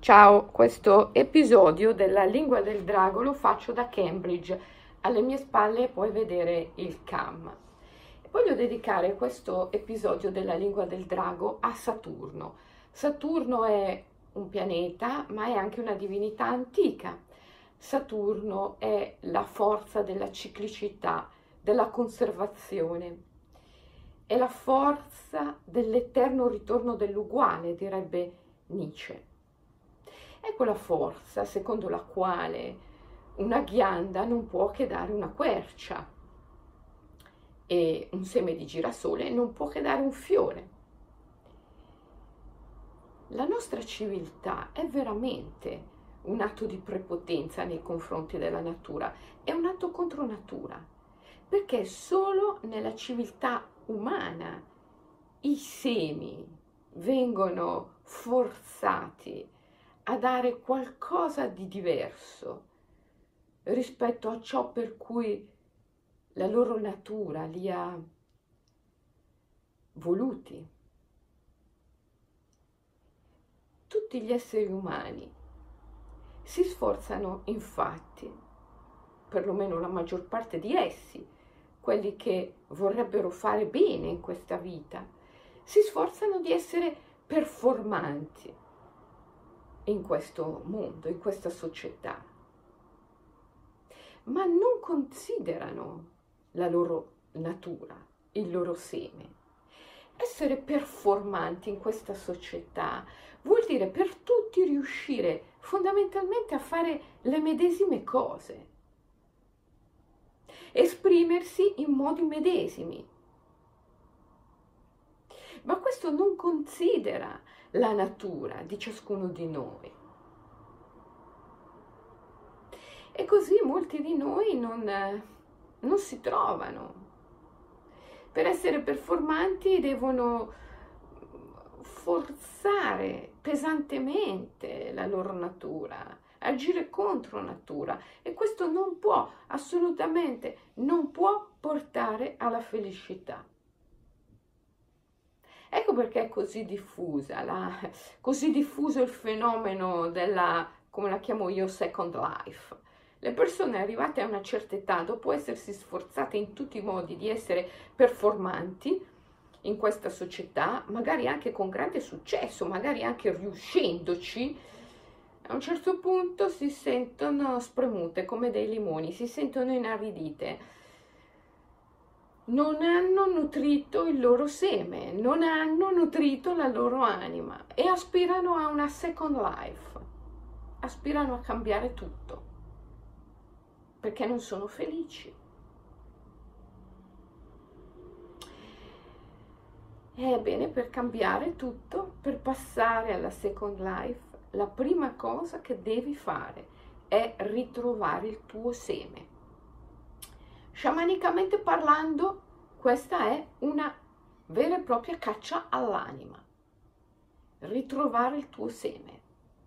Ciao, questo episodio della lingua del drago lo faccio da Cambridge. Alle mie spalle puoi vedere il cam. Voglio dedicare questo episodio della lingua del drago a Saturno. Saturno è un pianeta, ma è anche una divinità antica. Saturno è la forza della ciclicità, della conservazione. È la forza dell'eterno ritorno dell'uguale, direbbe Nietzsche. È quella forza secondo la quale una ghianda non può che dare una quercia e un seme di girasole non può che dare un fiore. La nostra civiltà è veramente un atto di prepotenza nei confronti della natura, è un atto contro natura, perché solo nella civiltà umana i semi vengono forzati a dare qualcosa di diverso rispetto a ciò per cui la loro natura li ha voluti. Tutti gli esseri umani si sforzano, infatti, perlomeno la maggior parte di essi, quelli che vorrebbero fare bene in questa vita, si sforzano di essere performanti in questo mondo, in questa società, ma non considerano la loro natura, il loro seme. Essere performanti in questa società vuol dire per tutti riuscire fondamentalmente a fare le medesime cose, esprimersi in modi medesimi. Ma questo non considera la natura di ciascuno di noi. E così molti di noi non si trovano. Per essere performanti devono forzare pesantemente la loro natura, agire contro natura, e questo non può, assolutamente, non può portare alla felicità. Ecco perché è così così diffuso il fenomeno della, come la chiamo io, second life. Le persone arrivate a una certa età, dopo essersi sforzate in tutti i modi di essere performanti in questa società, magari anche con grande successo, magari anche riuscendoci, a un certo punto si sentono spremute come dei limoni, si sentono inaridite. Non hanno nutrito il loro seme, non hanno nutrito la loro anima e aspirano a una second life, aspirano a cambiare tutto, perché non sono felici. Ebbene, per cambiare tutto, per passare alla second life, la prima cosa che devi fare è ritrovare il tuo seme. Sciamanicamente parlando, questa è una vera e propria caccia all'anima. Ritrovare il tuo seme.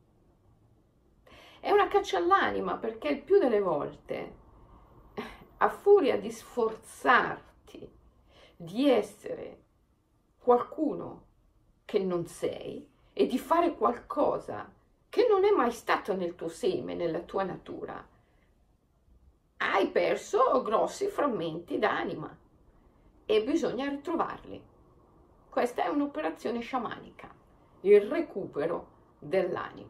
È una caccia all'anima perché il più delle volte, a furia di sforzarti di essere qualcuno che non sei e di fare qualcosa che non è mai stato nel tuo seme, nella tua natura, hai perso grossi frammenti d'anima e bisogna ritrovarli. Questa è un'operazione sciamanica, il recupero dell'anima.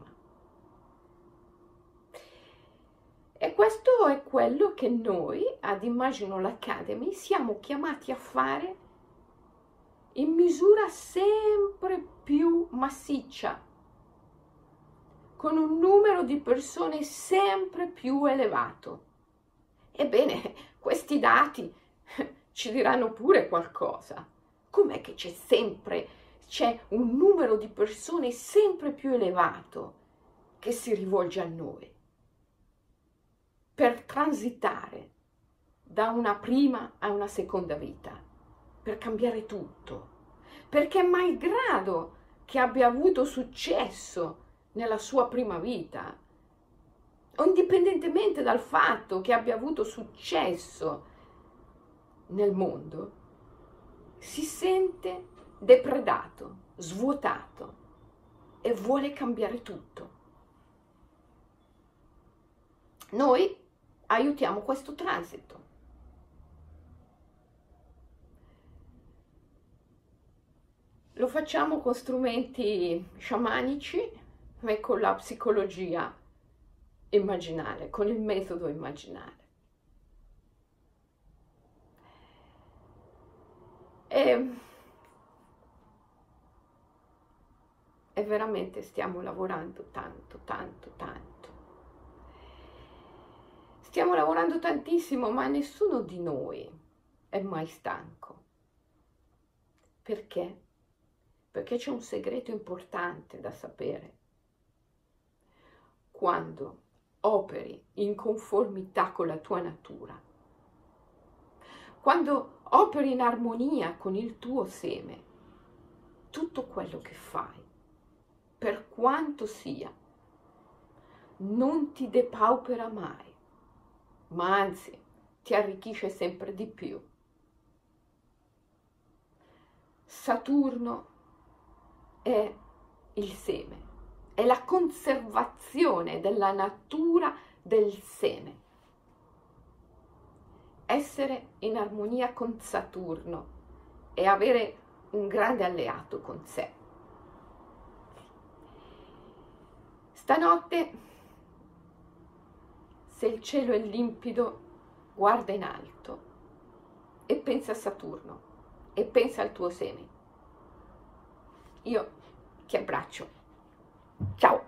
E questo è quello che noi ad Imaginal Academy siamo chiamati a fare in misura sempre più massiccia, con un numero di persone sempre più elevato. Ebbene, questi dati ci diranno pure qualcosa. Com'è che c'è un numero di persone sempre più elevato che si rivolge a noi per transitare da una prima a una seconda vita, per cambiare tutto? Perché malgrado che abbia avuto successo nella sua prima vita, indipendentemente dal fatto che abbia avuto successo nel mondo, si sente depredato, svuotato e vuole cambiare tutto. noi aiutiamo questo transito. Lo facciamo con strumenti sciamanici e con la psicologia immaginale, con il metodo immaginale. E veramente stiamo lavorando tanto, tanto, tanto. Stiamo lavorando tantissimo, ma nessuno di noi è mai stanco. Perché? Perché c'è un segreto importante da sapere. Quando operi in conformità con la tua natura, quando operi in armonia con il tuo seme, tutto quello che fai, per quanto sia, non ti depaupera mai, ma anzi ti arricchisce sempre di più. Saturno è il seme, è la conservazione della natura del seme. Essere in armonia con Saturno e avere un grande alleato con sé. Stanotte, se il cielo è limpido, guarda in alto e pensa a Saturno e pensa al tuo seme. Io ti abbraccio. Ciao!